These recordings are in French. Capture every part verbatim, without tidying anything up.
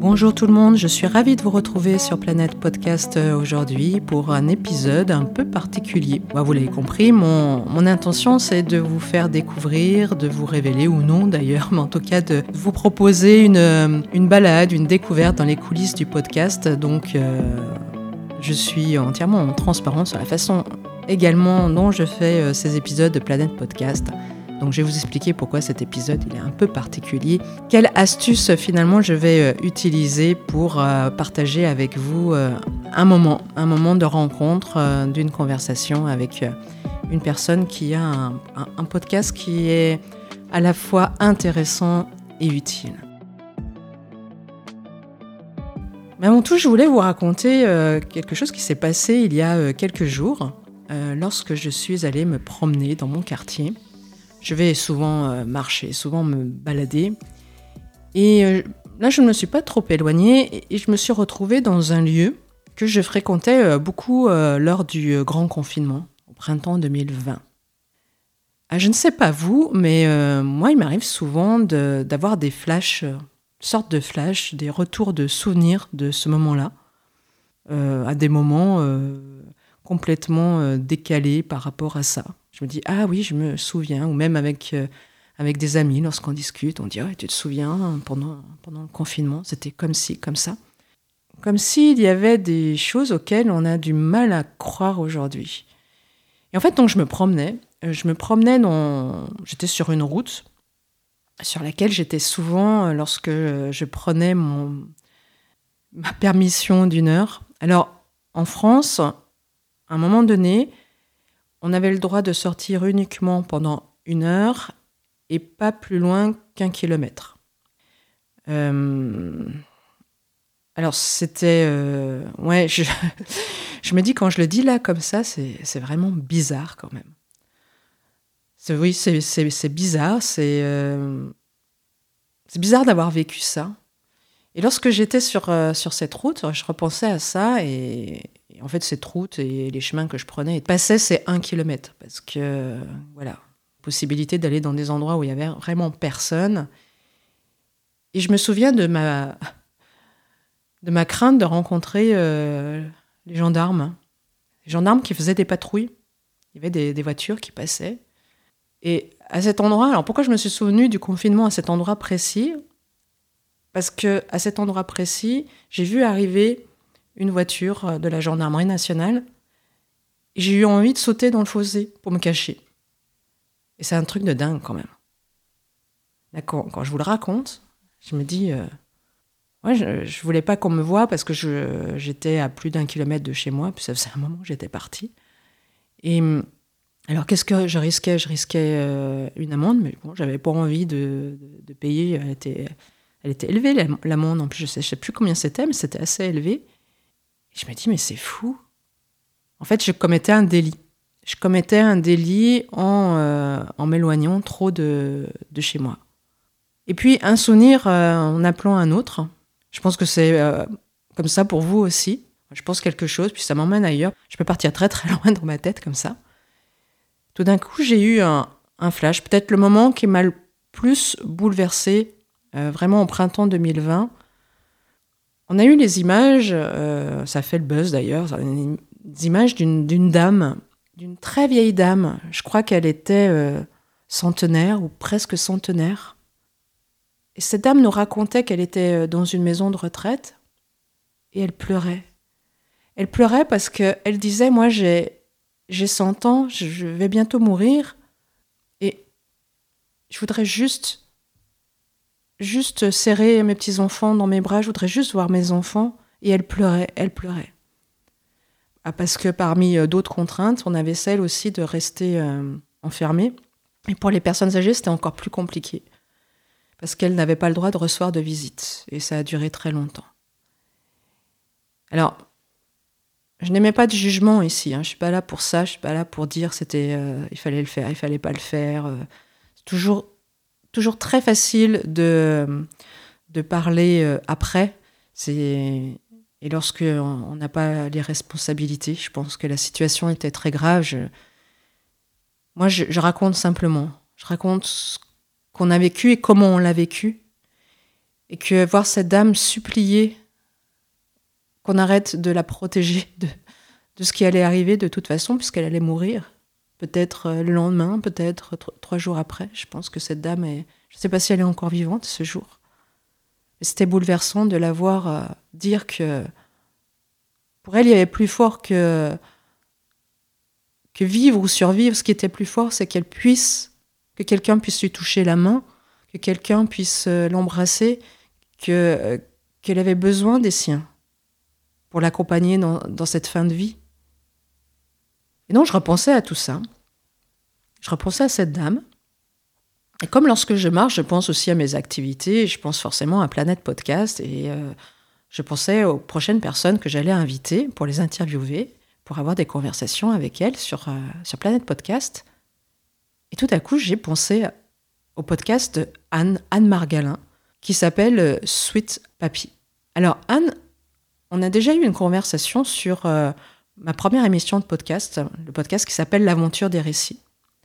Bonjour tout le monde, je suis ravie de vous retrouver sur Planète Podcast aujourd'hui pour un épisode un peu particulier. Bah, vous l'avez compris, mon, mon intention c'est de vous faire découvrir, de vous révéler ou non d'ailleurs, mais en tout cas de vous proposer une, une balade, une découverte dans les coulisses du podcast. Donc euh, je suis entièrement transparente sur la façon également dont je fais euh, ces épisodes de Planète Podcast. Donc je vais vous expliquer pourquoi cet épisode il est un peu particulier. Quelle astuce finalement je vais euh, utiliser pour euh, partager avec vous euh, un moment, un moment de rencontre, euh, d'une conversation avec euh, une personne qui a un, un, un podcast qui est à la fois intéressant et utile. Mais avant tout, je voulais vous raconter euh, quelque chose qui s'est passé il y a euh, quelques jours, euh, lorsque je suis allée me promener dans mon quartier. Je vais souvent euh, marcher, souvent me balader. Et euh, là, je ne me suis pas trop éloignée et, et je me suis retrouvée dans un lieu que je fréquentais euh, beaucoup euh, lors du euh, grand confinement, au printemps deux mille vingt. Ah, je ne sais pas vous, mais euh, moi, il m'arrive souvent de, d'avoir des flashs, euh, sortes de flashs, des retours de souvenirs de ce moment-là, euh, à des moments euh, complètement euh, décalés par rapport à ça. Je me dis, ah oui, je me souviens, ou même avec, euh, avec des amis, lorsqu'on discute, on dit, oh, tu te souviens, pendant, pendant le confinement, c'était comme ci, comme ça. Comme s'il y avait des choses auxquelles on a du mal à croire aujourd'hui. Et en fait, donc, je me promenais, je me promenais dans... J'étais sur une route sur laquelle j'étais souvent lorsque je prenais mon, ma permission d'une heure. Alors, en France, à un moment donné, on avait le droit de sortir uniquement pendant une heure et pas plus loin qu'un kilomètre. Euh... Alors c'était... Euh... Ouais, je... je me dis quand je le dis là comme ça, c'est, c'est vraiment bizarre quand même. C'est, oui, c'est, c'est, c'est bizarre, c'est, euh... c'est bizarre d'avoir vécu ça. Et lorsque j'étais sur, euh, sur cette route, je repensais à ça et... En fait, cette route et les chemins que je prenais passaient ces un kilomètre. Parce que, voilà, possibilité d'aller dans des endroits où il n'y avait vraiment personne. Et je me souviens de ma, de ma crainte de rencontrer euh, les gendarmes. Les gendarmes qui faisaient des patrouilles. Il y avait des, des voitures qui passaient. Et à cet endroit, alors pourquoi je me suis souvenue du confinement à cet endroit précis ? Parce qu'à cet endroit précis, j'ai vu arriver une voiture de la gendarmerie nationale, et j'ai eu envie de sauter dans le fossé pour me cacher. Et c'est un truc de dingue quand même. Là, quand, quand je vous le raconte, je me dis, euh, ouais, je, ne voulais pas qu'on me voie parce que je, j'étais à plus d'un kilomètre de chez moi, puis ça faisait un moment que j'étais partie. Et alors qu'est-ce que je risquais ? Je risquais euh, une amende, mais bon, j'avais pas envie de, de, de payer. Elle était, elle était élevée l'amende. En plus, je sais, je sais plus combien c'était, mais c'était assez élevé. Et je me dis, mais c'est fou. En fait, je commettais un délit. Je commettais un délit en, euh, en m'éloignant trop de, de chez moi. Et puis, un souvenir euh, en appelant un autre. Je pense que c'est euh, comme ça pour vous aussi. Je pense quelque chose, puis ça m'emmène ailleurs. Je peux partir très très loin dans ma tête comme ça. Tout d'un coup, j'ai eu un, un flash. Peut-être le moment qui m'a le plus bouleversée, euh, vraiment au printemps deux mille vingt. On a eu les images, euh, ça fait le buzz d'ailleurs, des images d'une, d'une dame, d'une très vieille dame. Je crois qu'elle était euh, centenaire ou presque centenaire. Et cette dame nous racontait qu'elle était dans une maison de retraite et elle pleurait. Elle pleurait parce qu'elle disait, moi j'ai, j'ai cent ans, je vais bientôt mourir et je voudrais juste... juste serrer mes petits-enfants dans mes bras, je voudrais juste voir mes enfants. Et elle pleurait, elle pleurait. Ah, parce que parmi d'autres contraintes, on avait celle aussi de rester euh, enfermée. Et pour les personnes âgées, c'était encore plus compliqué. Parce qu'elles n'avaient pas le droit de recevoir de visite. Et ça a duré très longtemps. Alors, je n'aimais pas de jugement ici. Hein. Je ne suis pas là pour ça, je ne suis pas là pour dire c'était, euh, il fallait le faire, il ne fallait pas le faire. Euh, c'est toujours... toujours très facile de, de parler euh, après. C'est... Et lorsque on n'a pas les responsabilités, je pense que la situation était très grave. Je... Moi, je, je raconte simplement. Je raconte ce qu'on a vécu et comment on l'a vécu. Et que voir cette dame supplier qu'on arrête de la protéger de, de ce qui allait arriver de toute façon, puisqu'elle allait mourir. Peut-être le lendemain, peut-être t- trois jours après. Je pense que cette dame est... Je ne sais pas si elle est encore vivante ce jour. Mais c'était bouleversant de la voir euh, dire que pour elle, il y avait plus fort que, que vivre ou survivre. Ce qui était plus fort, c'est qu'elle puisse, que quelqu'un puisse lui toucher la main, que quelqu'un puisse euh, l'embrasser, que, euh, qu'elle avait besoin des siens pour l'accompagner dans, dans cette fin de vie. Et donc, je repensais à tout ça. Je repensais à cette dame. Et comme lorsque je marche, je pense aussi à mes activités. Je pense forcément à Planète Podcast. Et euh, je pensais aux prochaines personnes que j'allais inviter pour les interviewer, pour avoir des conversations avec elles sur, euh, sur Planète Podcast. Et tout à coup, j'ai pensé au podcast de Anne, Anne Margalin, qui s'appelle Sweet Papy. Alors, Anne, on a déjà eu une conversation sur euh, ma première émission de podcast, le podcast qui s'appelle L'aventure des récits.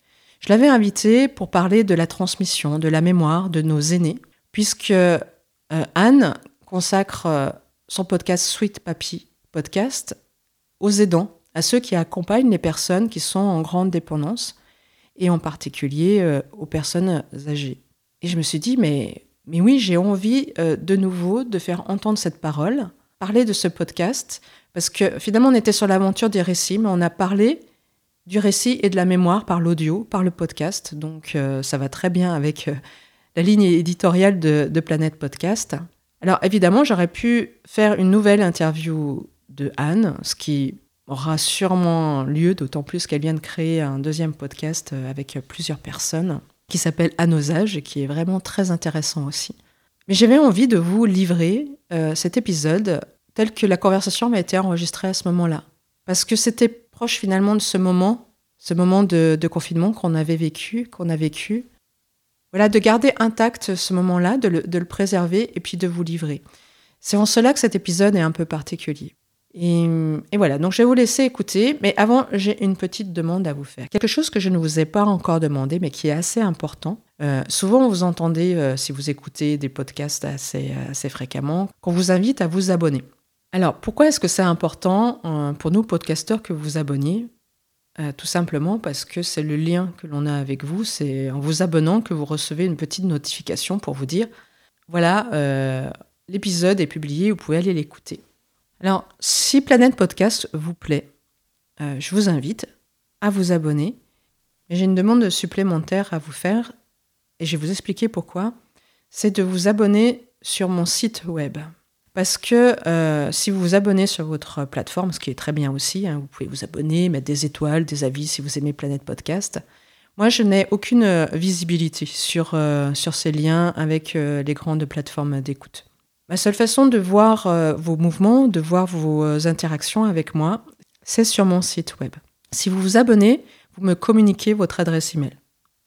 Je l'avais invitée pour parler de la transmission, de la mémoire de nos aînés, puisque euh, Anne consacre euh, son podcast Sweet Papy Podcast aux aidants, à ceux qui accompagnent les personnes qui sont en grande dépendance, et en particulier euh, aux personnes âgées. Et je me suis dit, mais, mais oui, j'ai envie euh, de nouveau de faire entendre cette parole, parler de ce podcast, parce que finalement on était sur l'aventure des récits, mais on a parlé du récit et de la mémoire par l'audio, par le podcast, donc euh, ça va très bien avec euh, la ligne éditoriale de, de Planète Podcast. Alors évidemment, j'aurais pu faire une nouvelle interview de Anne, ce qui aura sûrement lieu, d'autant plus qu'elle vient de créer un deuxième podcast avec plusieurs personnes, qui s'appelle À nos âges, et qui est vraiment très intéressant aussi. Mais j'avais envie de vous livrer euh, cet épisode tel que la conversation m'a été enregistrée à ce moment-là. Parce que c'était proche finalement de ce moment, ce moment de, de confinement qu'on avait vécu, qu'on a vécu. Voilà, de garder intact ce moment-là, de le, de le préserver et puis de vous livrer. C'est en cela que cet épisode est un peu particulier. Et, et voilà, donc je vais vous laisser écouter, mais avant, j'ai une petite demande à vous faire. Quelque chose que je ne vous ai pas encore demandé, mais qui est assez important. Euh, souvent, vous entendez, euh, si vous écoutez des podcasts assez, assez fréquemment, qu'on vous invite à vous abonner. Alors, pourquoi est-ce que c'est important euh, pour nous, podcasteurs, que vous vous abonniez ? euh, Tout simplement parce que c'est le lien que l'on a avec vous. C'est en vous abonnant que vous recevez une petite notification pour vous dire « Voilà, euh, l'épisode est publié, vous pouvez aller l'écouter ». Alors, si Planète Podcast vous plaît, euh, je vous invite à vous abonner. Mais j'ai une demande supplémentaire à vous faire, et je vais vous expliquer pourquoi. C'est de vous abonner sur mon site web. Parce que euh, si vous vous abonnez sur votre plateforme, ce qui est très bien aussi, hein, vous pouvez vous abonner, mettre des étoiles, des avis si vous aimez Planète Podcast. Moi, je n'ai aucune visibilité sur, euh, sur ces liens avec euh, les grandes plateformes d'écoute. Ma seule façon de voir euh, vos mouvements, de voir vos euh, interactions avec moi, c'est sur mon site web. Si vous vous abonnez, vous me communiquez votre adresse email.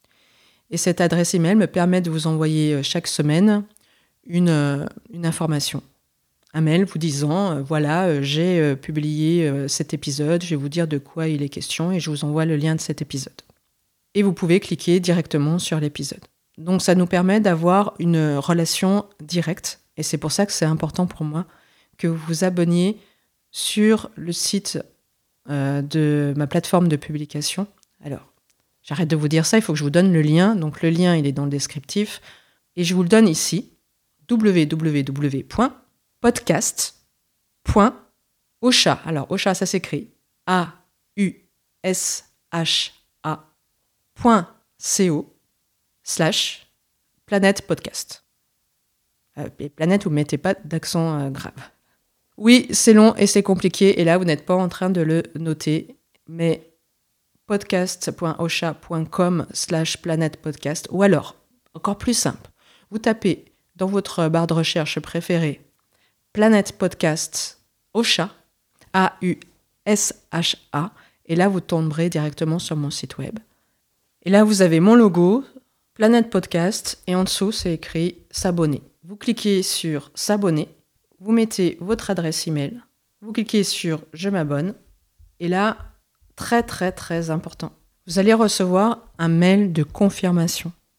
Et cette adresse email me permet de vous envoyer euh, chaque semaine une, euh, une information. Un mail vous disant, euh, voilà, euh, j'ai euh, publié euh, cet épisode, je vais vous dire de quoi il est question et je vous envoie le lien de cet épisode. Et vous pouvez cliquer directement sur l'épisode. Donc ça nous permet d'avoir une relation directe. Et c'est pour ça que c'est important pour moi que vous vous abonniez sur le site euh, de ma plateforme de publication. Alors, j'arrête de vous dire ça, il faut que je vous donne le lien. Donc le lien, il est dans le descriptif. Et je vous le donne ici, w w w point podcast point osha. Alors, Osha, ça s'écrit A U S H A point co slash Planète Podcast. Euh, planète, vous ne mettez pas d'accent euh, grave. Oui, c'est long et c'est compliqué, et là, vous n'êtes pas en train de le noter, mais podcast point osha point com slash Planète Podcast, ou alors, encore plus simple, vous tapez dans votre barre de recherche préférée Planète Podcast Osha, A U S H A, et là, vous tomberez directement sur mon site web. Et là, vous avez mon logo, Planète Podcast, et en dessous, c'est écrit « S'abonner ». Vous cliquez sur « S'abonner », vous mettez votre adresse email, vous cliquez sur « Je m'abonne », et là, très très très important, vous allez recevoir un mail de confirmation.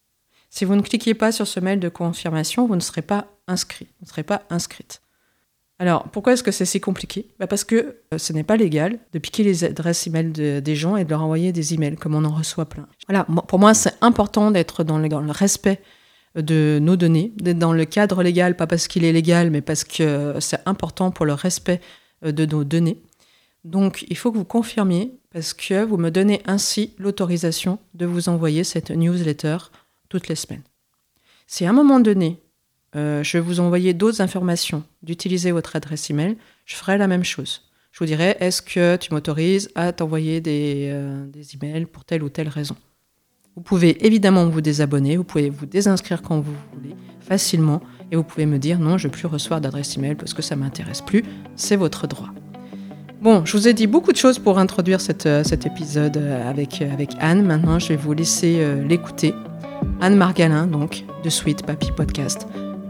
Si vous ne cliquez pas sur ce mail de confirmation, vous ne serez pas inscrit, vous ne serez pas inscrite. Alors, pourquoi est-ce que c'est si compliqué ? Bah parce que euh, ce n'est pas légal de piquer les adresses email de, des gens et de leur envoyer des emails, comme on en reçoit plein. Voilà, moi- pour moi, c'est important d'être dans le, dans le respect de nos données, d'être dans le cadre légal, pas parce qu'il est légal, mais parce que c'est important pour le respect euh, de nos données. Donc, il faut que vous confirmiez, parce que vous me donnez ainsi l'autorisation de vous envoyer cette newsletter toutes les semaines. Si à un moment donné, euh, je vais vous envoyer d'autres informations, d'utiliser votre adresse email, je ferai la même chose. Je vous dirai, est-ce que tu m'autorises à t'envoyer des, euh, des emails pour telle ou telle raison ? Vous pouvez évidemment vous désabonner, vous pouvez vous désinscrire quand vous voulez, facilement, et vous pouvez me dire, non, je ne veux plus recevoir d'adresse email parce que ça ne m'intéresse plus, c'est votre droit. Bon, je vous ai dit beaucoup de choses pour introduire cette, euh, cet épisode avec, avec Anne. Maintenant, je vais vous laisser euh, l'écouter. Anne Margalin, donc, de Sweet Papy Podcast.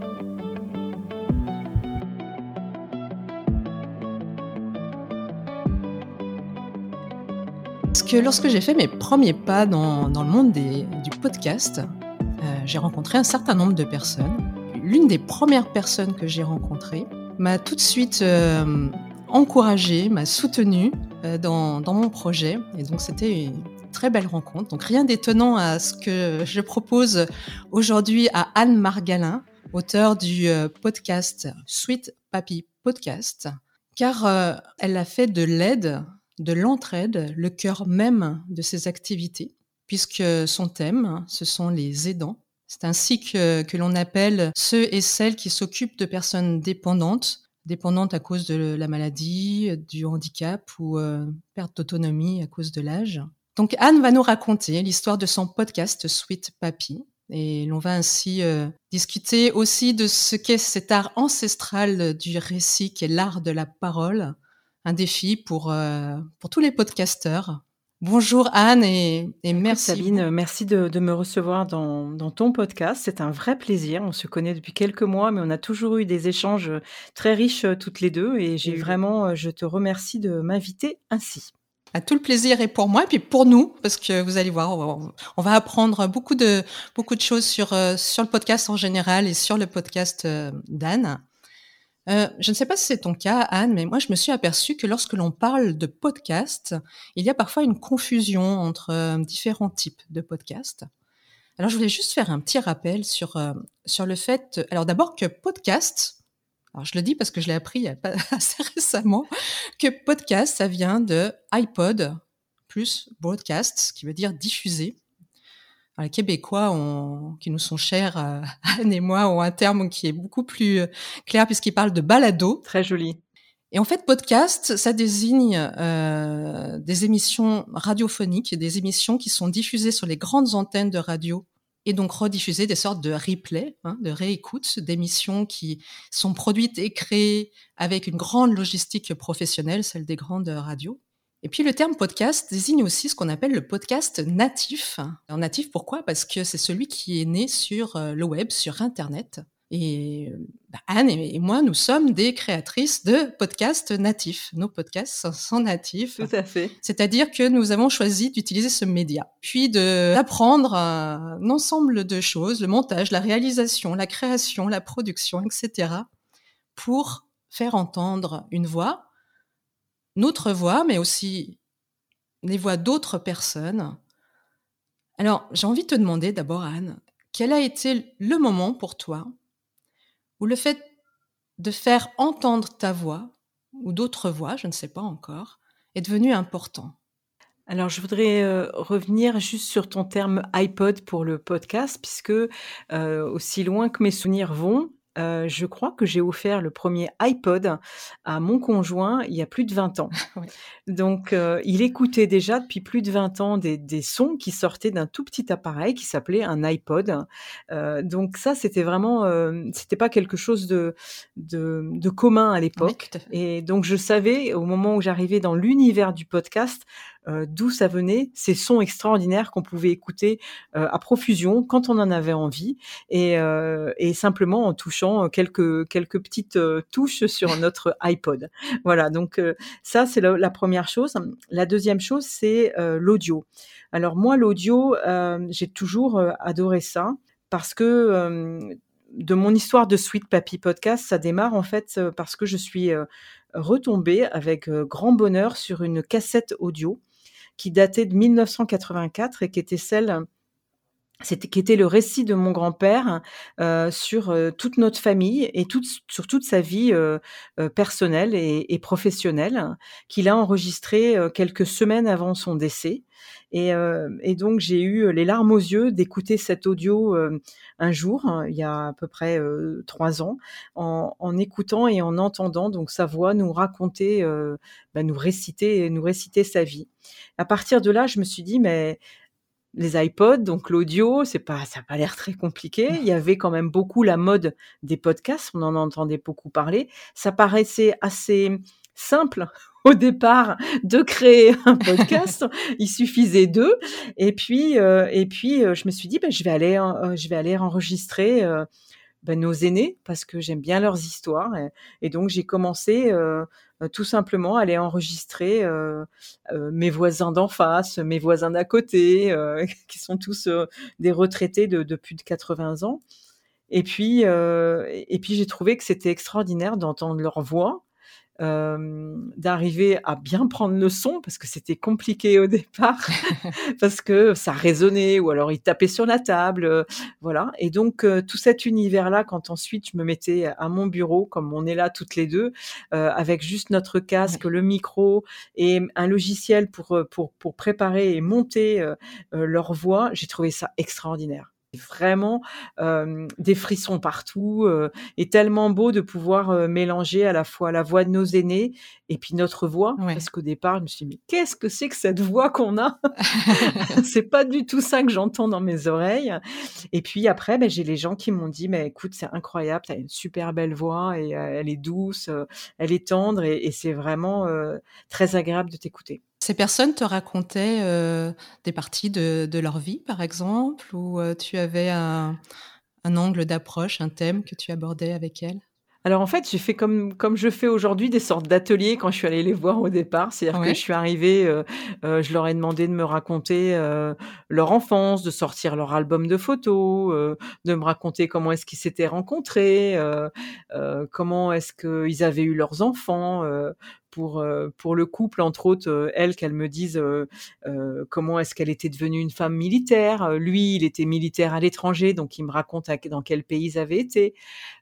Parce que lorsque j'ai fait mes premiers pas dans, dans le monde des, du podcast, euh, j'ai rencontré un certain nombre de personnes. L'une des premières personnes que j'ai rencontrées m'a tout de suite euh, encouragée, m'a soutenue euh, dans, dans mon projet. Et donc, c'était une très belle rencontre. Donc, rien d'étonnant à ce que je propose aujourd'hui à Anne Margalin, auteure du euh, podcast Sweet Papy Podcast, car euh, elle a fait de l'aide, de l'entraide, le cœur même de ses activités, puisque son thème, ce sont les aidants. C'est ainsi que, que l'on appelle ceux et celles qui s'occupent de personnes dépendantes, dépendantes à cause de la maladie, du handicap ou euh, perte d'autonomie à cause de l'âge. Donc Anne va nous raconter l'histoire de son podcast Sweet Papy. Et l'on va ainsi euh, discuter aussi de ce qu'est cet art ancestral du récit, qui est l'art de la parole, un défi pour, euh, pour tous les podcasteurs. Bonjour Anne et, et Écoute, merci. Sabine, beaucoup. merci de, de me recevoir dans, dans ton podcast. C'est un vrai plaisir. On se connaît depuis quelques mois, mais on a toujours eu des échanges très riches euh, toutes les deux. Et j'ai Et vraiment, euh, je te remercie de m'inviter ainsi. Ah, tout le plaisir est pour moi et puis pour nous, parce que vous allez voir, on va, on va apprendre beaucoup de, beaucoup de choses sur, euh, sur le podcast en général et sur le podcast euh, d'Anne. Euh, je ne sais pas si c'est ton cas, Anne, mais moi, je me suis aperçue que lorsque l'on parle de podcast, il y a parfois une confusion entre euh, différents types de podcasts. Alors, je voulais juste faire un petit rappel sur, euh, sur le fait, alors d'abord que podcast, alors je le dis parce que je l'ai appris il y a pas assez récemment, que podcast, ça vient de iPod plus broadcast, ce qui veut dire diffuser. Alors, les Québécois ont, qui nous sont chers, euh, Anne et moi, ont un terme qui est beaucoup plus euh, clair puisqu'ils parlent de balado. Très joli. Et en fait, podcast, ça désigne euh, des émissions radiophoniques, des émissions qui sont diffusées sur les grandes antennes de radio et donc rediffusées, des sortes de replays, hein, de réécoutes d'émissions qui sont produites et créées avec une grande logistique professionnelle, celle des grandes radios. Et puis le terme podcast désigne aussi ce qu'on appelle le podcast natif. Alors, natif, pourquoi ? Parce que c'est celui qui est né sur le web, sur Internet. Et bah, Anne et moi, nous sommes des créatrices de podcasts natifs. Nos podcasts sont natifs. Tout à fait. C'est-à-dire que nous avons choisi d'utiliser ce média, puis de, d'apprendre un ensemble de choses, le montage, la réalisation, la création, la production, et cetera, pour faire entendre une voix, notre voix, mais aussi les voix d'autres personnes. Alors, j'ai envie de te demander d'abord, Anne, quel a été le moment pour toi où le fait de faire entendre ta voix, ou d'autres voix, je ne sais pas encore, est devenu important? Alors, je voudrais euh, revenir juste sur ton terme iPod pour le podcast, puisque euh, aussi loin que mes souvenirs vont, euh, je crois que j'ai offert le premier iPod à mon conjoint il y a plus de vingt ans. Oui. Donc, euh, il écoutait déjà depuis plus de vingt ans des, des sons qui sortaient d'un tout petit appareil qui s'appelait un iPod. Euh, donc ça, c'était vraiment, euh, c'était pas quelque chose de, de, de commun à l'époque. Oui, tout à fait. Et donc, je savais au moment où j'arrivais dans l'univers du podcast, Euh, d'où ça venait, ces sons extraordinaires qu'on pouvait écouter euh, à profusion quand on en avait envie et, euh, et simplement en touchant quelques, quelques petites euh, touches sur notre iPod. Voilà, donc euh, ça c'est la, la première chose. La deuxième chose, c'est euh, l'audio. Alors moi, l'audio, euh, j'ai toujours euh, adoré ça parce que, hem, de mon histoire de Sweet Papy Podcast, ça démarre en fait, heu, parce que je suis, heu, retombée avec, heu, grand bonheur sur une cassette audio qui datait de mille neuf cent quatre-vingt-quatre et qui était celle c'était qui était le récit de mon grand-père, heu, sur, heu, toute notre famille et toute sur toute sa vie, heu heu, personnelle et et professionnelle, qu'il a enregistré, heu, quelques semaines avant son décès et heu et donc j'ai eu les larmes aux yeux d'écouter cet audio, hem, un jour, hein, il y a à peu près, heu, trois ans, en en écoutant et en entendant donc sa voix nous raconter, heu, bah, nous réciter nous réciter sa vie. À partir de là, je me suis dit: «Mais les iPods, donc l'audio, c'est pas ça a pas l'air très compliqué». Il y avait quand même beaucoup la mode des podcasts, on en entendait beaucoup parler. Ça paraissait assez simple au départ de créer un podcast. Il suffisait d'eux et puis, heu et puis, heu, je me suis dit: «Bah, je vais aller en heu, je vais aller enregistrer, heu, bah, nos aînés parce que j'aime bien leurs histoires» et et donc j'ai commencé, heu heu, tout simplement à aller enregistrer, heu heu, mes voisins d'en face, mes voisins d'à côté, heu, qui sont tous, heu, des retraités de de plus de quatre-vingts ans et puis, heu et et puis j'ai trouvé que c'était extraordinaire d'entendre leur voix, hem, d'arriver à bien prendre le son parce que c'était compliqué au départ, parce que ça résonnait ou alors ils tapaient sur la table, heu, voilà et donc heu, tout cet univers-là, quand ensuite je me mettais à mon bureau, comme on est là toutes les deux, heu, avec juste notre casque, Ouais. le micro et mmh, un logiciel pour, heu, pour pour préparer et monter, heu heu, leur voix, j'ai trouvé ça extraordinaire. Vraiment, hem, des frissons partout, heu et tellement beau de pouvoir, heu, mélanger à la fois la voix de nos aînés et puis notre voix. Ouais. Parce qu'au départ, je me suis dit: «Mais qu'est-ce que c'est que cette voix qu'on a?» C'est pas du tout ça que j'entends dans mes oreilles et puis après, beh, j'ai les gens qui m'ont dit: «Mais écoute, c'est incroyable, tu as une super belle voix et heu, elle est douce, heu, elle est tendre et et c'est vraiment, heu, très agréable de t'écouter». Ces personnes te racontaient, heu, des parties de de leur vie, par exemple? Ou, heu, tu avais un un angle d'approche, un thème que tu abordais avec elles? Alors en fait, j'ai fait comme comme je fais aujourd'hui, des sortes d'ateliers quand je suis allée les voir au départ. C'est-à-dire que je Ouais. suis arrivée, heu heu, je leur ai demandé de me raconter, heu, leur enfance, de sortir leur album de photos, heu, de me raconter comment est-ce qu'ils s'étaient rencontrés, heu heu, comment est-ce qu'ils avaient eu leurs enfants, heu, pour, heu, pour le couple, entre autres, heu, elle, qu'elle me dise, heu heu, comment est-ce qu'elle était devenue une femme militaire. Heu, lui, il était militaire à l'étranger, donc il me raconte à dans quel pays ils avaient été.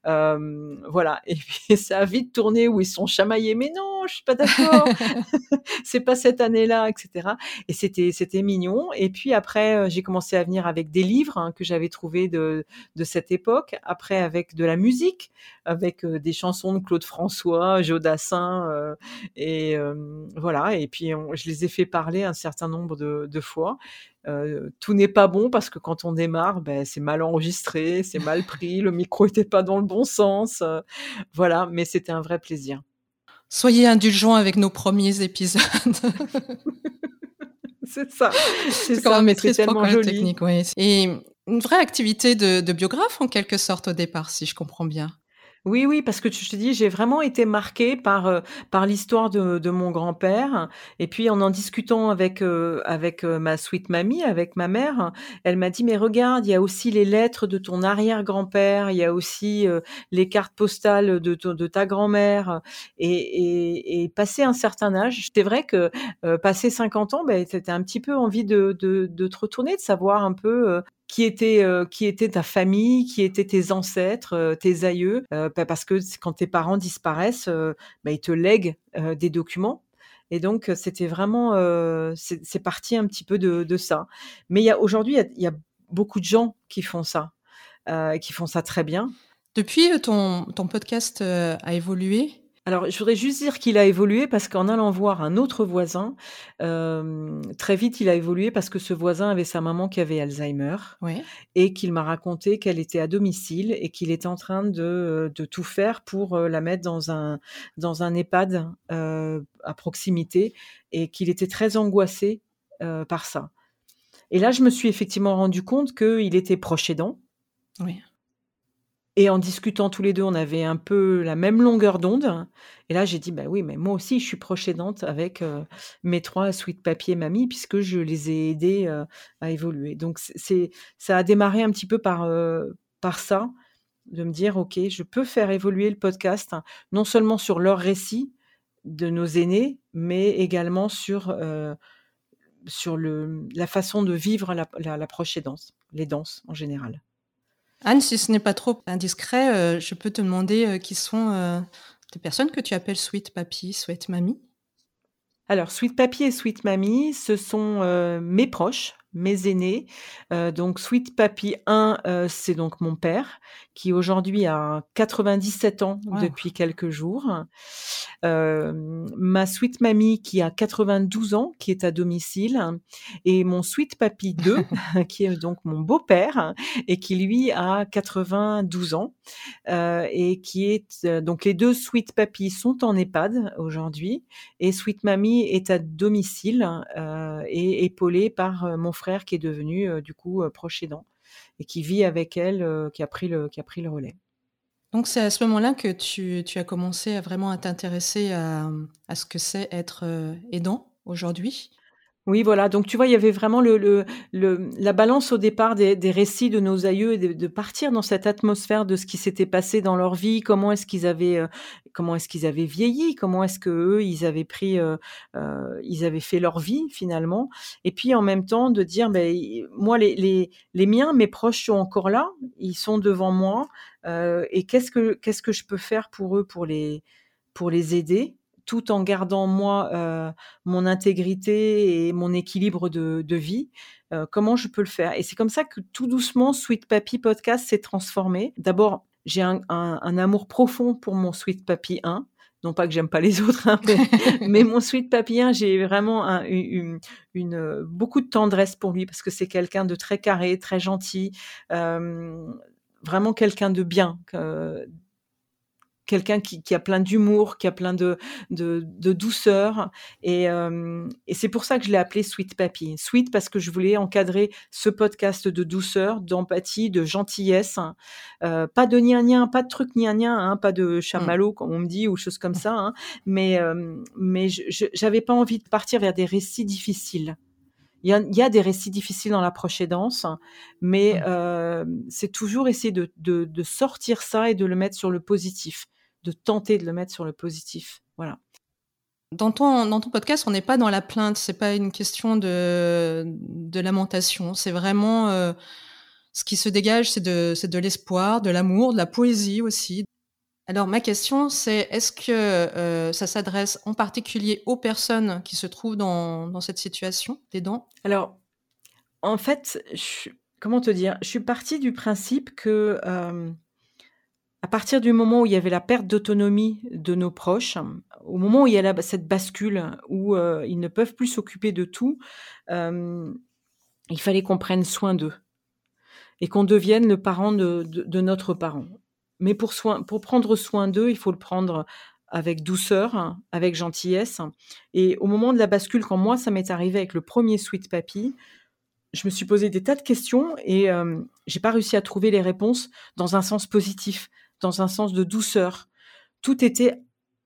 Hem, voilà et puis ça a vite tourné où ils se sont chamaillés: «Mais non, je suis pas d'accord, c'est pas cette année-là» et cetera et c'était c'était mignon et puis après, heu, j'ai commencé à venir avec des livres, hein, que j'avais trouvés de de cette époque. Après avec de la musique, avec, heu, des chansons de Claude François, Jodassin, heu et hem, voilà et puis on je les ai fait parler un certain nombre de de fois. Heu, tout n'est pas bon parce que quand on démarre, beh, c'est mal enregistré, c'est mal pris, le micro était pas dans le bon sens, heu, voilà, mais c'était un vrai plaisir. Soyez indulgents avec nos premiers épisodes. C'est ça, c'est C'est quand ça, même mais c'est maîtrise tellement progrès joli. technique, oui. Et une vraie activité de de biographe en quelque sorte au départ, si je comprends bien? Oui, oui, parce que tu je te dis, j'ai vraiment été marquée par, heu, par l'histoire de de mon grand-père et puis en en discutant avec, heu, avec, heu, ma sweet mamie, avec ma mère, elle m'a dit: «Mais regarde, il y a aussi les lettres de ton arrière-grand-père, il y a aussi, heu, les cartes postales de ton de ta grand-mère» et et et passé un certain âge, c'est vrai que, heu, passé cinquante ans, beh, tu as un petit peu envie de de de te retourner, de savoir un peu, heu, qui était, heu, qui était ta famille, qui étaient tes ancêtres, heu, tes aïeux, heu, bah, parce que c quand tes parents disparaissent, heu, bah, ils te lèguent, heu, des documents et donc heu, c'était vraiment, heu, c'est c'est parti un petit peu de de ça. Mais il y a aujourd'hui, il y a il y a beaucoup de gens qui font ça, heu, qui font ça très bien. Depuis, heu, ton ton podcast, heu, a évolué? Alors, je voudrais juste dire qu'il a évolué parce qu'en allant voir un autre voisin, hem, très vite, il a évolué parce que ce voisin avait sa maman qui avait Alzheimer Ouais. et qu'il m'a raconté qu'elle était à domicile et qu'il était en train de, heu, de tout faire pour, heu, la mettre dans un dans un EHPAD, heu, à proximité et qu'il était très angoissé, heu, par ça. Et là, je me suis effectivement rendu compte qu'il était proche aidant Oui. et en discutant tous les deux, on avait un peu la même longueur d'onde et là, j'ai dit: «Bah, oui, mais moi aussi, je suis proche aidante avec, heu, mes trois sweet papy et mamie puisque je les ai aidés, heu, à évoluer». Donc c'est c'est ça a démarré un petit peu par, heu, par ça, de me dire: «OK, je peux faire évoluer le podcast, hein, non seulement sur leurs récits de nos aînés, mais également sur, heu, sur le la façon de vivre la la la proche aidance, les danses en général». Anne, si ce n'est pas trop indiscret, heu, je peux te demander, heu, qui sont, heu, les personnes que tu appelles sweet papy, sweet mamie? Alors sweet papy et sweet mamie, ce sont, heu, mes proches, mes aînés. Heu, donc sweet papy un, heu, c'est donc mon père qui aujourd'hui a quatre-vingt-dix-sept ans Waouh! depuis quelques jours. Hem, ma sweet mamie qui a quatre-vingt-douze ans, qui est à domicile et mon sweet papy deux qui est donc mon beau-père et qui lui a quatre-vingt-douze ans, heu et qui est, heu donc les deux sweet papy sont en EHPAD aujourd'hui et sweet mamie est à domicile, heu et épaulée par, heu, mon frère qui est devenu, heu, du coup, heu, proche aidant et qui vit avec elle, heu, qui a pris le qui a pris le relais. Donc c'est à ce moment-là que tu tu as commencé à vraiment à t'intéresser à, mmh, à ce que c'est être, heu, aidant aujourd'hui? Oui, voilà, donc tu vois, il y avait vraiment le le le la balance au départ des des récits de nos aïeux et de de partir dans cette atmosphère de ce qui s'était passé dans leur vie. Comment est-ce qu'ils avaient, heu, comment est-ce qu'ils avaient vieilli? Comment est-ce qu'eux, ils avaient pris, heu heu, ils avaient fait leur vie finalement? Et puis en même temps de dire, beh, i moi les les les miens, mes proches sont encore là, ils sont devant moi, heu et qu'est-ce que qu'est-ce que je peux faire pour eux, pour les pour les aider? Tout en gardant moi, heu, mon intégrité et mon équilibre de de vie, heu, comment je peux le faire? Et c'est comme ça que tout doucement Sweet Papy Podcast s'est transformé. D'abord, j'ai un un un amour profond pour mon Sweet Papy un, non pas que j'aime pas les autres, hein, mais mais mon Sweet Papy un, j'ai vraiment un u une une, heu, beaucoup de tendresse pour lui parce que c'est quelqu'un de très carré, très gentil, hem, vraiment quelqu'un de bien, que quelqu'un qui qui a plein d'humour, qui a plein de de de douceur et hem et c'est pour ça que je l'ai appelé Sweet Papy. Sweet parce que je voulais encadrer ce podcast de douceur, d'empathie, de gentillesse, heu, pas de gnignin, pas de trucs gnignin, hein, pas de Mmh. chamallows comme on me dit ou choses comme ça, hein, mais hem, mais je je j'avais pas envie de partir vers des récits difficiles. Il y a il y a des récits difficiles dans la proche aidance, mais Mmh. hem, c'est toujours essayer de de de sortir ça et de le mettre sur le positif, de tenter de le mettre sur le positif, voilà. Dans ton dans ton podcast, on n'est pas dans la plainte, c'est pas une question de de lamentation. C'est vraiment, heu, ce qui se dégage, c'est de c'est de l'espoir, de l'amour, de la poésie aussi. Alors ma question, c'est est-ce que, heu, ça s'adresse en particulier aux personnes qui se trouvent dans dans cette situation, d'aidant? Alors, en fait, je comment te dire? Je suis partie du principe que, hem, à partir du moment où il y avait la perte d'autonomie de nos proches, au moment où il y a la cette bascule où, heu, ils ne peuvent plus s'occuper de tout, hem, il fallait qu'on prenne soin d'eux. Et qu'on devienne le parent de de de notre parent. Mais pour soin pour prendre soin d'eux, il faut le prendre avec douceur, avec gentillesse et au moment de la bascule, quand moi ça m'est arrivé avec le premier Sweet Papy, je me suis posé des tas de questions et hem, j'ai pas réussi à trouver les réponses dans un sens positif, dans un sens de douceur. Tout était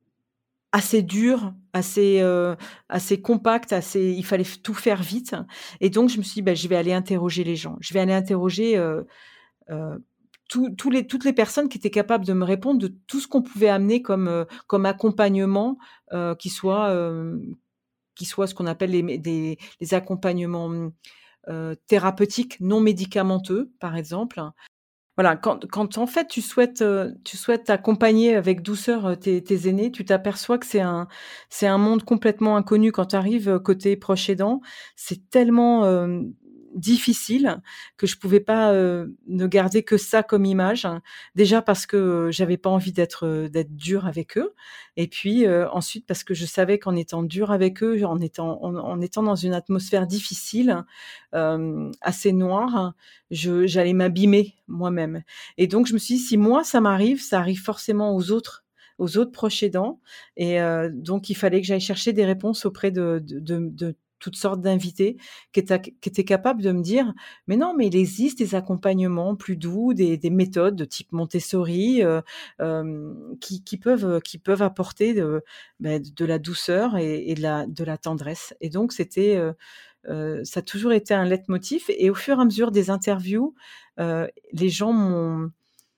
assez dur, assez, heu, assez compact, assez il fallait f tout faire vite et donc je me suis dit: «Bah, je vais aller interroger les gens». Je vais aller interroger, heu heu, tous tous les toutes les personnes qui étaient capables de me répondre de tout ce qu'on pouvait amener comme, heu, comme accompagnement, heu, qui soit, hem, qui soit ce qu'on appelle les mé des les accompagnements, mmh, heu, thérapeutiques non médicamenteux, par exemple. Voilà, quand quand en fait tu souhaites, heu, tu souhaites accompagner avec douceur, heu, tes tes aînés, tu t'aperçois que c'est un c'est un monde complètement inconnu quand tu arrives, heu, côté proche aidant. C'est tellement, hem, difficile que je pouvais pas, heu, ne garder que ça comme image. Déjà parce que, heu, j'avais pas envie d'être, heu, d'être dure avec eux et puis, heu, ensuite parce que je savais qu'en étant dure avec eux, en étant en en étant dans une atmosphère difficile, hem, assez noire, je j'allais m'abîmer moi-même et donc je me suis dit: «Si moi ça m'arrive, ça arrive forcément aux autres, aux autres proches aidants» et heu, donc il fallait que j'aille chercher des réponses auprès de de de de toutes sortes d'invités qui étaient, qui étaient capables de me dire « Mais non, mais il existe des accompagnements plus doux, des, des méthodes de type Montessori euh, euh, qui, qui, peuvent, qui peuvent apporter de, ben, de la douceur et, et de, la, de la tendresse. » Et donc, c'était... Euh, Euh, ça a toujours été un leitmotiv. Et au fur et à mesure des interviews, euh, les gens m'ont,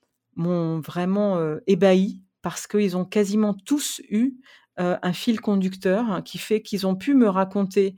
m'ont vraiment euh, ébahi parce qu'ils ont quasiment tous eu euh, un fil conducteur hein, qui fait qu'ils ont pu me raconter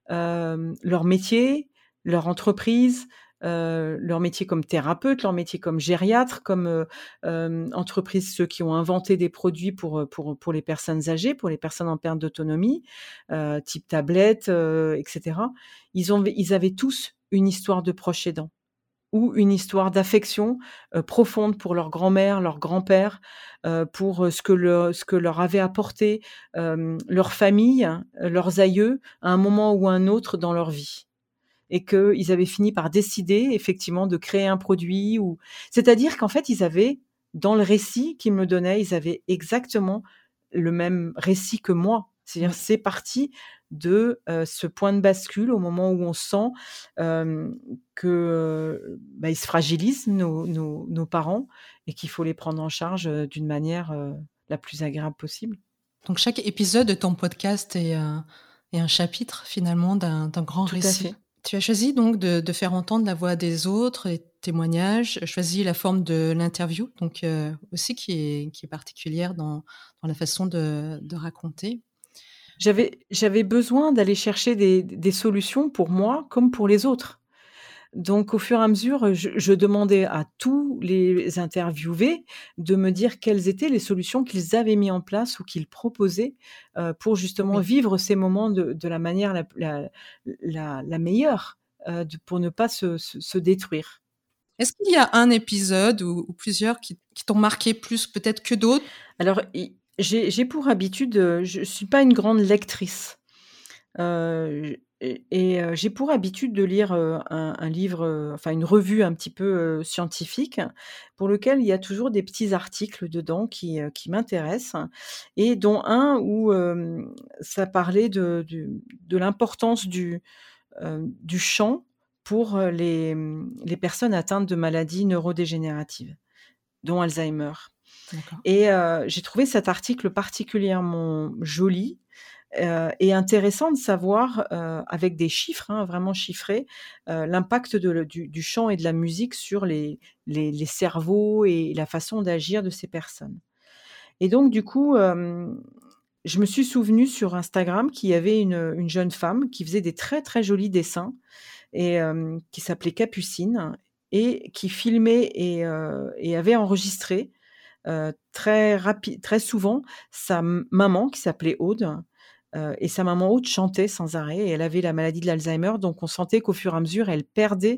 euh, leur métier, leur entreprise, euh, leur métier comme thérapeute, leur métier comme gériatre, comme euh, euh, entreprise, ceux qui ont inventé des produits pour, pour, pour les personnes âgées, pour les personnes en perte d'autonomie, euh, type tablette, euh, et cetera. Ils, ont, ils avaient tous une histoire de proche aidant ou une histoire d'affection euh, profonde pour leur grand-mère, leur grand-père, euh, pour euh, ce que, le, ce que leur avait apporté euh, leur famille, euh, leurs aïeux, à un moment ou à un autre dans leur vie. Et qu'ils avaient fini par décider effectivement de créer un produit. Ou... C'est-à-dire qu'en fait, ils avaient, dans le récit qu'ils me donnaient, ils avaient exactement le même récit que moi. C'est-à-dire, Oui. c'est parti de euh, ce point de bascule au moment où on sent euh, que euh, bah, ils se fragilisent, nos, nos, nos parents, et qu'il faut les prendre en charge euh, d'une manière euh, la plus agréable possible. Donc chaque épisode de ton podcast est, euh, est un chapitre finalement d'un, d'un grand Tout récit. à fait. Tu as choisi donc de, de faire entendre la voix des autres, les témoignages, choisi la forme de l'interview, donc euh, aussi qui est, qui est particulière dans, dans la façon de, de raconter. J'avais, j'avais besoin d'aller chercher des, des solutions pour moi comme pour les autres. Donc, au fur et à mesure, je, je demandais à tous les interviewés de me dire quelles étaient les solutions qu'ils avaient mis en place ou qu'ils proposaient euh, pour justement Oui. vivre ces moments de, de la manière la, la, la, la meilleure, euh, de, pour ne pas se, se, se détruire. Est-ce qu'il y a un épisode ou, ou plusieurs qui, qui t'ont marqué plus peut-être que d'autres? Alors, j'ai, j'ai pour habitude, je ne suis pas une grande lectrice. Euh, et et euh, j'ai pour habitude de lire euh, un, un livre, euh, enfin une revue un petit peu euh, scientifique, pour lequel il y a toujours des petits articles dedans qui, euh, qui m'intéressent, et dont un où euh, ça parlait de, de, de l'importance du, euh, du chant pour les, les personnes atteintes de maladies neurodégénératives, dont Alzheimer. D'accord. Et euh, j'ai trouvé cet article particulièrement joli euh, et intéressant de savoir, euh, avec des chiffres, hein, vraiment chiffrés, euh, l'impact de, du, du chant et de la musique sur les, les, les cerveaux et la façon d'agir de ces personnes. Et donc, du coup, euh, je me suis souvenue sur Instagram qu'il y avait une, une jeune femme qui faisait des très, très jolis dessins et euh, qui s'appelait Capucine et qui filmait et, euh, et avait enregistré euh, très rapide, très souvent sa m- maman qui s'appelait Aude. Euh, et sa maman Aude chantait sans arrêt et elle avait la maladie de l'Alzheimer, donc on sentait qu'au fur et à mesure, elle perdait,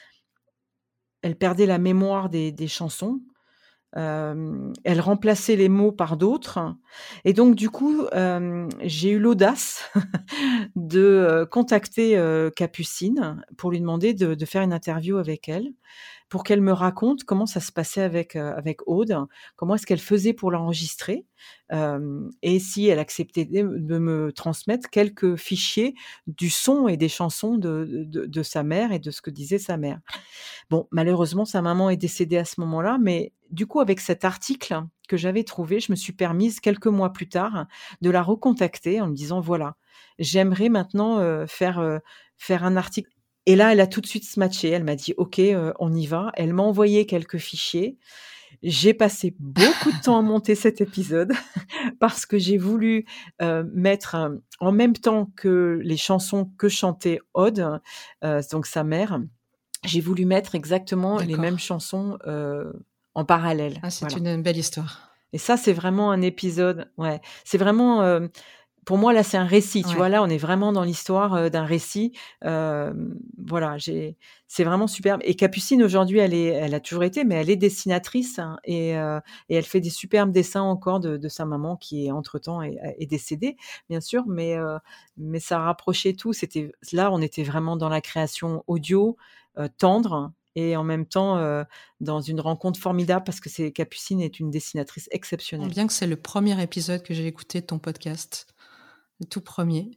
elle perdait la mémoire des, des chansons. Euh, elle remplaçait les mots par d'autres. Et donc, du coup, euh, j'ai eu l'audace de euh, contacter euh, Capucine pour lui demander de, de faire une interview avec elle, pour qu'elle me raconte comment ça se passait avec, euh, avec Aude, comment est-ce qu'elle faisait pour l'enregistrer, euh, et si elle acceptait de, de me transmettre quelques fichiers du son et des chansons de, de, de sa mère et de ce que disait sa mère. Bon, malheureusement, sa maman est décédée à ce moment-là, mais du coup, avec cet article que j'avais trouvé, je me suis permise, quelques mois plus tard, de la recontacter en me disant, voilà, j'aimerais maintenant euh, faire, euh, faire un article. Et là, elle a tout de suite matché. Elle m'a dit, OK, euh, on y va. Elle m'a envoyé quelques fichiers. J'ai passé beaucoup de temps à monter cet épisode parce que j'ai voulu euh, mettre euh, en même temps que les chansons que chantait Aude, euh, donc sa mère, j'ai voulu mettre exactement les D'accord. mêmes chansons euh, en parallèle. Ah, c'est Voilà. une belle histoire. Et ça, c'est vraiment un épisode. Ouais, c'est vraiment. Euh, pour moi, là, c'est un récit. Tu Ouais. vois, là, on est vraiment dans l'histoire euh, d'un récit. Euh, voilà, j'ai. C'est vraiment superbe. Et Capucine, aujourd'hui, elle est, elle a toujours été, mais elle est dessinatrice hein, et, euh, et elle fait des superbes dessins encore de, de sa maman qui est entre temps est, est décédée, bien sûr. Mais euh, mais ça rapprochait tout. C'était là, on était vraiment dans la création audio euh, tendre. Et en même temps, euh, dans une rencontre formidable, parce que c'est, Capucine est une dessinatrice exceptionnelle. Bien que c'est le premier épisode que j'ai écouté de ton podcast, le tout premier.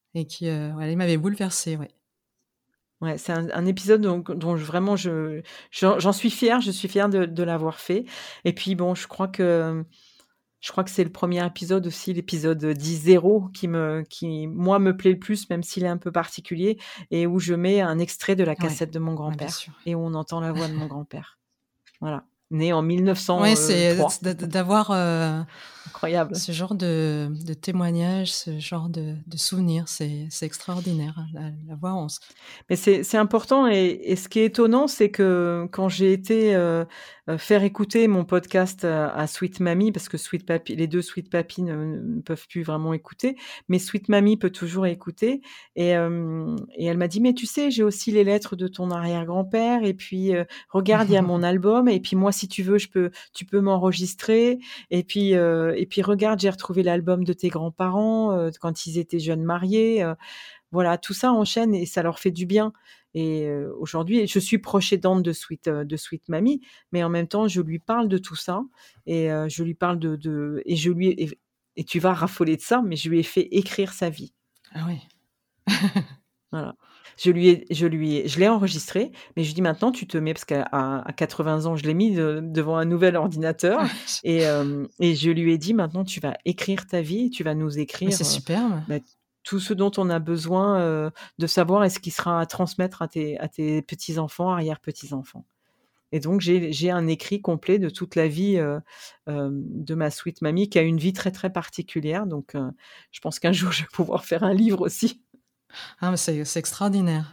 et qui, heu, voilà, il m'avait bouleversée, ouais. Ouais, c'est un un épisode donc dont je vraiment je j'en j'en suis fière, je suis fière de de l'avoir fait et puis bon, je crois que je crois que c'est le premier épisode aussi, l'épisode dix zéro qui me qui moi me plaît le plus, même s'il est un peu particulier et où je mets un extrait de la Ouais, cassette de mon ouais, bien grand-père sûr. et où on entend la voix de mon grand-père. Voilà, né en Ouais, mille neuf cent c'est trois. c'est d'a d'avoir, heu, Incroyable. ce genre de de témoignage, ce genre de de souvenir, c'est c'est extraordinaire, hein, la la voix, on s Mais c'est c'est important et et ce qui est étonnant, c'est que quand j'ai été, heu heu, faire écouter mon podcast, heu, à Sweet Mamie parce que Sweet Papy les deux Sweet Papy ne ne peuvent plus vraiment écouter, mais Sweet Mamie peut toujours écouter et hem et elle m'a dit: «Mais tu sais, j'ai aussi les lettres de ton arrière-grand-père et puis, heu, regarde, il y a mon album et puis moi, si tu veux, je peux tu peux m'enregistrer et puis, heu et puis regarde, j'ai retrouvé l'album de tes grands-parents, heu, quand ils étaient jeunes mariés, heu». Voilà, tout ça enchaîne et ça leur fait du bien et heu, aujourd'hui je suis proche aidante de Sweet, heu, de Sweet Mamie, mais en même temps, je lui parle de tout ça et heu, je lui parle de de et je lui ai et et tu vas raffoler de ça, mais je lui ai fait écrire sa vie. ah oui. Voilà. Je lui ai je lui ai je l'ai enregistré, mais je lui dis: «Maintenant, tu te mets» parce qu'à à à quatre-vingts ans, je l'ai mis de devant un nouvel ordinateur et hem et je lui ai dit: «Maintenant, tu vas écrire ta vie, tu vas nous Mais écrire, c'est heu, superbe. bah, tout ce dont on a besoin, heu, de savoir et ce qui sera à transmettre à tes à tes petits-enfants, arrière-petits-enfants» et donc j'ai j'ai un écrit complet de toute la vie, heu, hem, de ma Sweet Mamie qui a une vie très, très particulière donc heu, je pense qu'un jour, je vais pouvoir faire un livre aussi. Ah mais c'est c'est extraordinaire.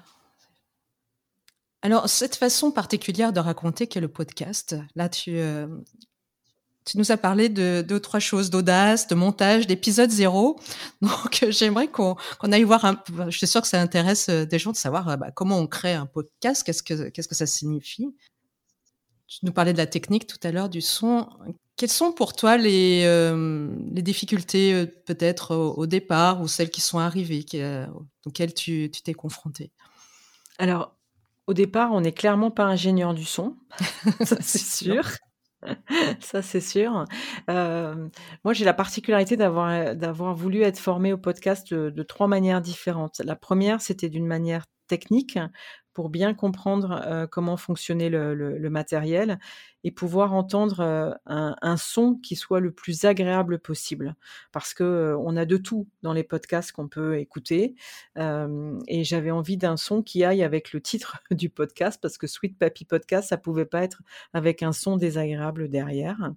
Alors cette façon particulière de raconter qu'est le podcast, là tu, hem, tu nous as parlé de deux ou trois choses, d'audace, de montage, d'épisode zéro. Donc heu, j'aimerais qu'on qu'on aille voir un p je suis sûre que ça intéresse, heu, des gens de savoir, heu, bah, comment on crée un podcast, qu'est-ce que qu'est-ce que ça signifie? Tu nous parlais de la technique tout à l'heure, du son. Quelles sont pour toi les, hem, les difficultés, heu, peut-être au au départ ou celles qui sont arrivées, qui, heu, auxquelles tu tu t'es confrontée? Alors, au départ, on n'est clairement pas ingénieur du son, ça c'est C'est sûr. sûr, ça c'est sûr. Hem, moi, j'ai la particularité d'avoir, heu, d'avoir voulu être formée au podcast, heu, de trois manières différentes. La première, c'était d'une manière technique, pour bien comprendre, heu, comment fonctionnait le le le matériel et pouvoir entendre, heu, un un son qui soit le plus agréable possible. Parce que, heu, on a de tout dans les podcasts qu'on peut écouter, hem et j'avais envie d'un son qui aille avec le titre du podcast parce que Sweet Papy Podcast, ça pouvait pas être avec un son désagréable derrière.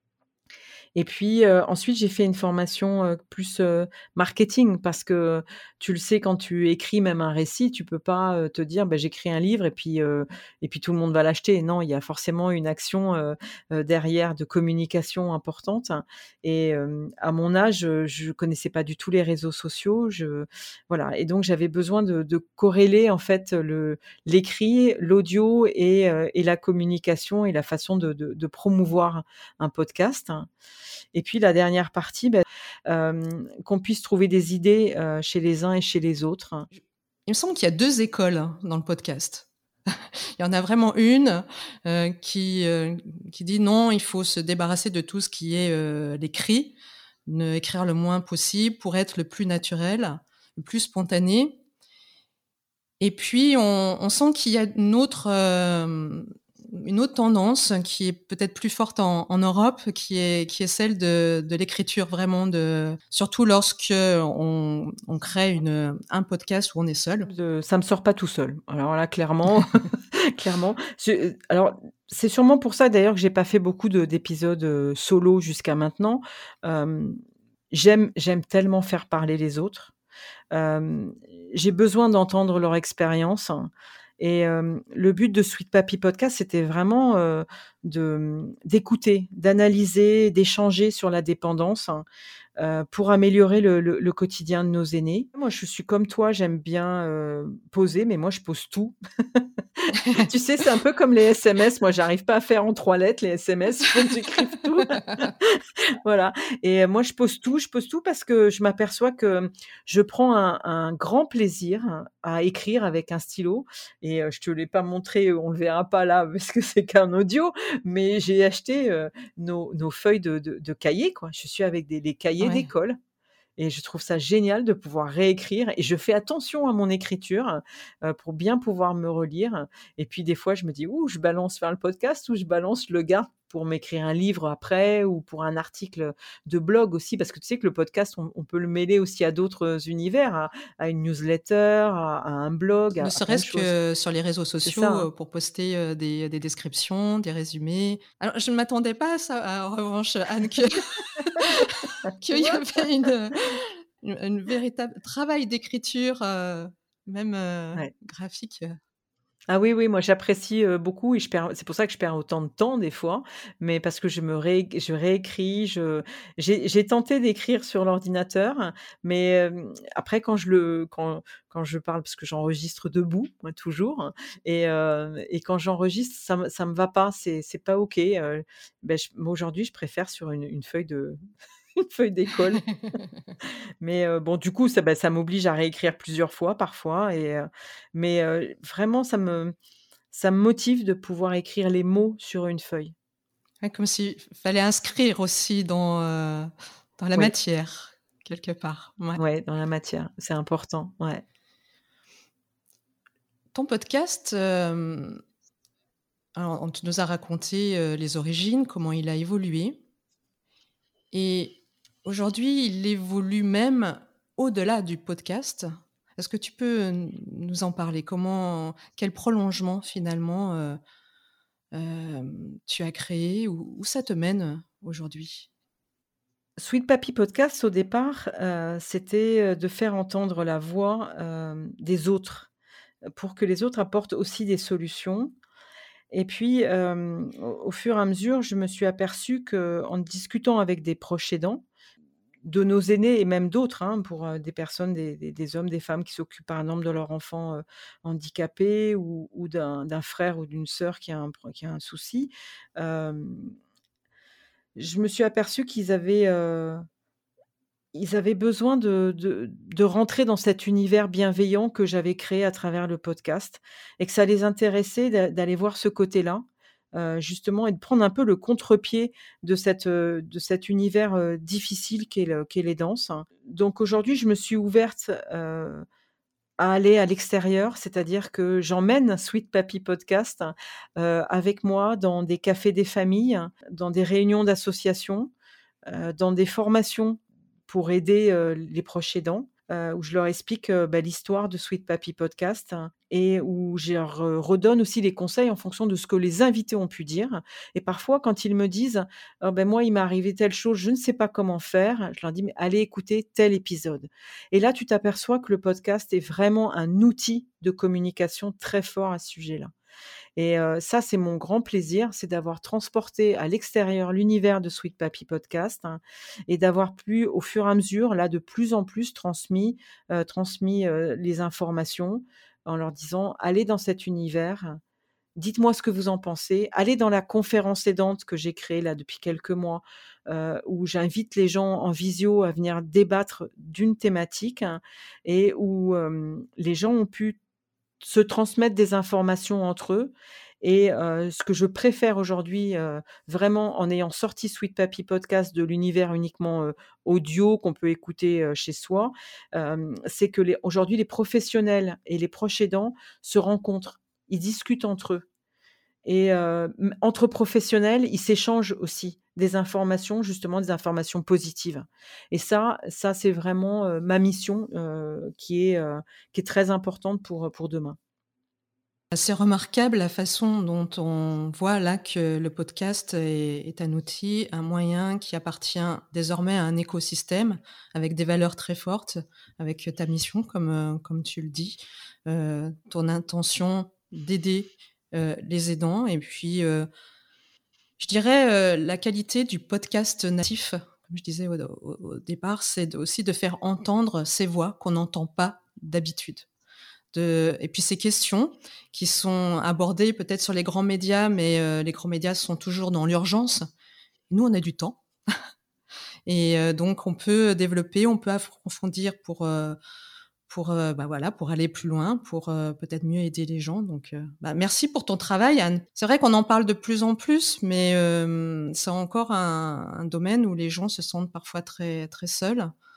Et puis, heu, ensuite j'ai fait une formation, heu, plus, heu, marketing parce que tu le sais quand tu écris même un récit, tu peux pas, heu, te dire: «Bah, j'écris un livre et puis, heu et puis tout le monde va l'acheter». Non, il y a forcément une action, heu heu, derrière de communication importante et hem, à mon âge, heu, je connaissais pas du tout les réseaux sociaux, je voilà et donc j'avais besoin de de corréler en fait, le l'écrit, l'audio et heu et la communication et la façon de de de promouvoir un podcast. Et puis la dernière partie, bah, hem, qu'on puisse trouver des idées, heu, chez les uns et chez les autres. Il me semble qu'il y a deux écoles, hein, dans le podcast. Il y en a vraiment une, heu, qui, heu, qui dit: «Non, il faut se débarrasser de tout ce qui est, heu, l'écrit, ne écrire le moins possible pour être le plus naturel, le plus spontané». Et puis on on sent qu'il y a une autre, hem, une autre tendance qui est peut-être plus forte en en Europe, qui est qui est celle de de l'écriture vraiment de surtout lorsque on on crée une, un podcast où on est seul. De ça me sort pas tout seul. Alors là, clairement, clairement, je alors c'est sûrement pour ça d'ailleurs que j'ai pas fait beaucoup de d'épisodes, heu, solo jusqu'à maintenant. Hem, j'aime j'aime tellement faire parler les autres. Hem, j'ai besoin d'entendre leur expérience et hem, le but de Sweet Papy Podcast, c'était vraiment, heu, de, mmh, d'écouter, d'analyser, d'échanger sur la dépendance, heu, pour améliorer le le le quotidien de nos aînés. Moi, je suis comme toi, j'aime bien, heu, poser, mais moi, je pose tout. Tu sais, c'est un peu comme les S M S. Moi, j'arrive pas à faire en trois lettres les S M S, il faut que j'écrive tout. Voilà et heu, moi je pose tout, je pose tout parce que je m'aperçois que je prends un un grand plaisir à écrire avec un stylo et heu, je te l'ai pas montré, on le verra pas là parce que c'est qu'un audio, mais j'ai acheté, heu, nos nos feuilles de de de cahiers quoi. Je suis avec des les cahiers Ouais. d'école Et je trouve ça génial de pouvoir réécrire et je fais attention à mon écriture, heu, pour bien pouvoir me relire et puis des fois je me dis: «Ouh, je balance vers le podcast ou je balance, je le garde pour m'écrire un livre après ou pour un article de blog aussi». Parce que tu sais que le podcast, on on peut le mêler aussi à d'autres univers, à à une newsletter, à à un blog, Ne à à plein de serait-ce choses. que sur les réseaux C'est ça, sociaux, hein. heu, pour poster, heu, des des descriptions, des résumés. Alors je ne m'attendais pas à ça, en revanche, Anne, que Tu qu'il y vois? avait une, une une véritable travail d'écriture, heu, même, heu, Ouais. graphique. Ah oui, oui, moi j'apprécie, heu, beaucoup et je perds c'est pour ça que je perds autant de temps des fois, mais parce que je me ré je réécris, je j'ai j'ai tenté d'écrire sur l'ordinateur, mais hem, après quand je le quand quand je parle parce que j'enregistre debout, moi toujours et heu et quand j'enregistre, ça me ça me va pas, c'est c'est pas OK, heu, beh, je moi aujourd'hui, je préfère sur une une feuille de une feuille d'école. Mais heu, bon, du coup, ça, bah, ça m'oblige à réécrire plusieurs fois parfois et heu, mais heu, vraiment ça me ça me motive de pouvoir écrire les mots sur une feuille. Ouais, comme s'il fallait inscrire aussi dans, heu, dans la Oui, matière, quelque part. Ouais. ouais, dans la matière, c'est important, ouais. Ton podcast, hem, alors on tu nous as raconté, heu, les origines, comment il a évolué et aujourd'hui, il évolue même au-delà du podcast. Est-ce que tu peux, heu, nous en parler? Comment quel prolongement finalement, heu, hem, tu as créé? Où où ça te mène aujourd'hui? Sweet Papy Podcast au départ, heu, c'était, heu, de faire entendre la voix, hem, des autres, pour que les autres apportent aussi des solutions et puis, hem, au au fur et à mesure, je me suis aperçue qu'en discutant avec des proches aidants, de nos aînés et même d'autres, hein, pour, heu, des personnes, des des des hommes, des femmes qui s'occupent par exemple de leur enfant, heu, handicapé ou ou d'un d'un frère ou d'une sœur qui a un pro qui a un souci. Hem, je me suis aperçue qu'ils avaient, heu, ils avaient besoin de de de rentrer dans cet univers bienveillant que j'avais créé à travers le podcast et que ça les intéressait d'a d'aller voir ce côté-là, heu, justement et de prendre un peu le contre-pied de cette, heu, de cet univers, heu, difficile qu'est le qu'est les danses. Donc aujourd'hui, je me suis ouverte, heu, à aller à l'extérieur, c'est-à-dire que j'emmène Sweet Papy Podcast, heu, avec moi dans des cafés des familles, dans des réunions d'associations, heu, dans des formations pour aider, heu, les proches aidants, heu, où je leur explique, heu, bah, l'histoire de Sweet Papy Podcast hein, et où je leur, heu, redonne aussi les conseils en fonction de ce que les invités ont pu dire et parfois quand ils me disent: «Oh ben moi il m'est arrivé telle chose, je ne sais pas comment faire», je leur dis: «Mais allez écouter tel épisode» et là tu t'aperçois que le podcast est vraiment un outil de communication très fort à ce sujet-là. Et heu, ça, c'est mon grand plaisir, c'est d'avoir transporté à l'extérieur l'univers de Sweet Papy Podcast, hein, et d'avoir pu, au fur et à mesure, là, de plus en plus transmis, heu, transmis, heu, les informations en leur disant: «Allez dans cet univers, dites-moi ce que vous en pensez. Allez dans la conférence aidante que j'ai créée là depuis quelques mois, heu, où j'invite les gens en visio à venir débattre d'une thématique hein, et où, hem, les gens ont pu se transmettre des informations entre eux et heu, ce que je préfère aujourd'hui, heu, vraiment en ayant sorti Sweet Papy Podcast de l'univers uniquement, heu, audio qu'on peut écouter, heu, chez soi, hem, c'est que les aujourd'hui les professionnels et les proches aidants se rencontrent. Ils discutent entre eux et heu, m entre professionnels, ils s'échangent aussi des informations, justement des informations positives et ça ça c'est vraiment, heu, ma mission, heu, qui est, heu, qui est très importante pour, pour demain. C'est remarquable la façon dont on voit là que le podcast est est un outil, un moyen qui appartient désormais à un écosystème avec des valeurs très fortes, avec ta mission comme, heu, comme tu le dis, heu, ton intention d'aider, heu, les aidants et puis, heu, je dirais, heu, la qualité du podcast natif, comme je disais au au au départ, c'est d aussi de faire entendre ces voix qu'on n'entend pas d'habitude. De et puis ces questions qui sont abordées peut-être sur les grands médias, mais heu, les grands médias sont toujours dans l'urgence. Nous, on a du temps et heu, donc on peut développer, on peut approfondir pour, heu, pour, heu, bah, voilà, pour aller plus loin, pour, heu, peut-être mieux aider les gens donc heu, bah, merci pour ton travail, Anne. C'est vrai qu'on en parle de plus en plus, mais hem, c'est encore un un domaine où les gens se sentent parfois très très seuls.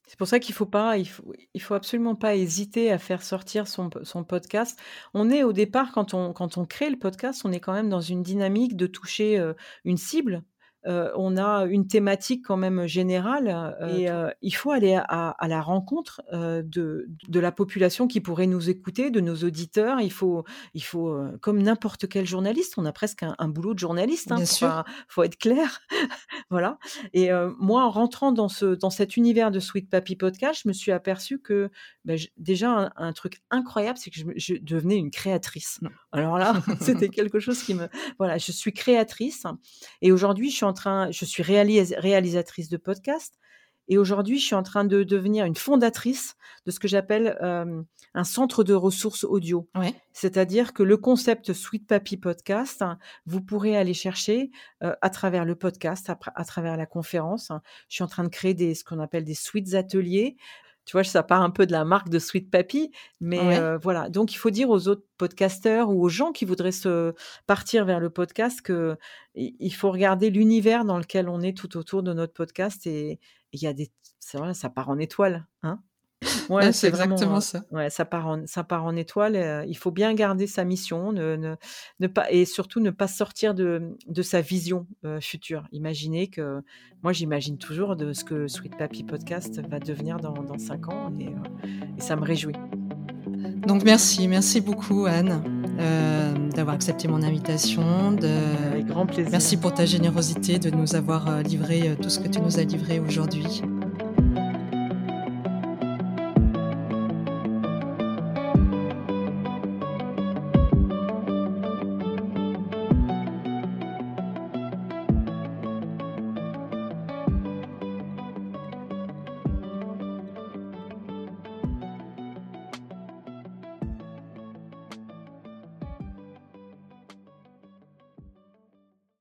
C'est pour ça qu'il faut pas il faut il faut absolument pas hésiter à faire sortir son p son podcast. On est au départ quand on quand on crée le podcast, on est quand même dans une dynamique de toucher, heu, une cible. Heu, on a une thématique quand même générale, heu et heu, il faut aller à à la rencontre, heu, de de la population qui pourrait nous écouter, de nos auditeurs. Il faut il faut, heu, comme n'importe quel journaliste, on a presque un un boulot de journaliste, hein, Bien faut sûr. pas faut être clair. Voilà et heu, moi, en rentrant dans ce dans cet univers de Sweet Papi Podcast, je me suis aperçue que, bah, j déjà un un truc incroyable, c'est que je me je devenais une créatrice. Mmh. Alors là, c'était quelque chose qui me voilà, je suis créatrice et aujourd'hui, je suis en train je suis réalis réalisatrice de podcast et aujourd'hui, je suis en train de devenir une fondatrice de ce que j'appelle, hem, un centre de ressources audio. Ouais. C'est-à-dire que le concept Sweet Papi Podcast, vous pourrez aller chercher, heu, à travers le podcast, à à travers la conférence. Je suis en train de créer des ce qu'on appelle des Sweets ateliers. Tu vois, ça part un peu de la marque de Sweet Papi, mais Ouais. heu, voilà. Donc il faut dire aux autres podcasteurs ou aux gens qui voudraient se partir vers le podcast qu'il il faut regarder l'univers dans lequel on est tout autour de notre podcast et il y a des c'est vrai, ça part en étoile, hein. Ouais, Bah, c'est c'est vraiment, exactement heu, ça. ouais, ça part en ça part en étoile, heu, il faut bien garder sa mission, ne ne ne pas et surtout ne pas sortir de de sa vision, heu, future. Imaginer que moi, j'imagine toujours de ce que Sweet Papi Podcast va devenir dans dans cinq ans et heu et ça me réjouit. Donc merci, merci beaucoup Anne, heu, d'avoir accepté mon invitation, de Avec grand plaisir. merci pour ta générosité de nous avoir, heu, livré, heu, tout ce que tu nous as livré aujourd'hui.